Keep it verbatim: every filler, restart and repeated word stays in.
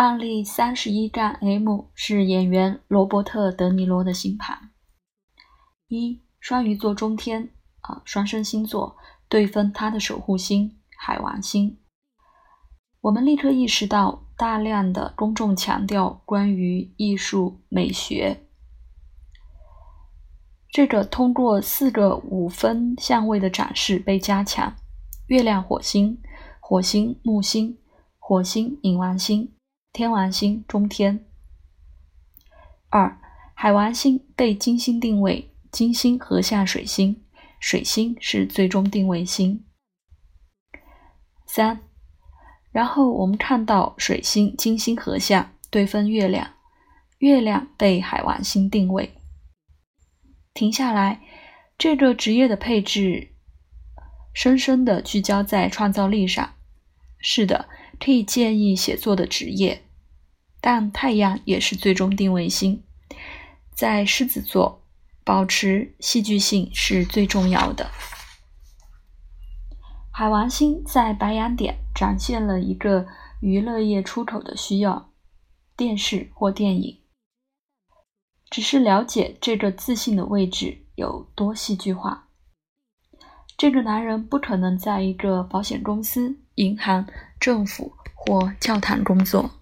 案例三十一占 M 是演员罗伯特·德尼罗的星盘。一、双鱼座中天啊，双生星座对分他的守护星海王星。我们立刻意识到大量的公众强调关于艺术美学，这个通过四个五分相位的展示被加强：月亮火星、火星木星、火星冥王星、天王星中天。二、海王星被金星定位，金星合下水星，水星是最终定位星。三、然后我们看到水星金星合下对分月亮，月亮被海王星定位。停下来，这个职业的配置深深地聚焦在创造力上。是的，可以建议写作的职业，但太阳也是最终定位星。在狮子座，保持戏剧性是最重要的。海王星在白羊点展现了一个娱乐业出口的需要，电视或电影。只是了解这个自信的位置有多戏剧化。这个男人不可能在一个保险公司、银行、政府或教堂工作。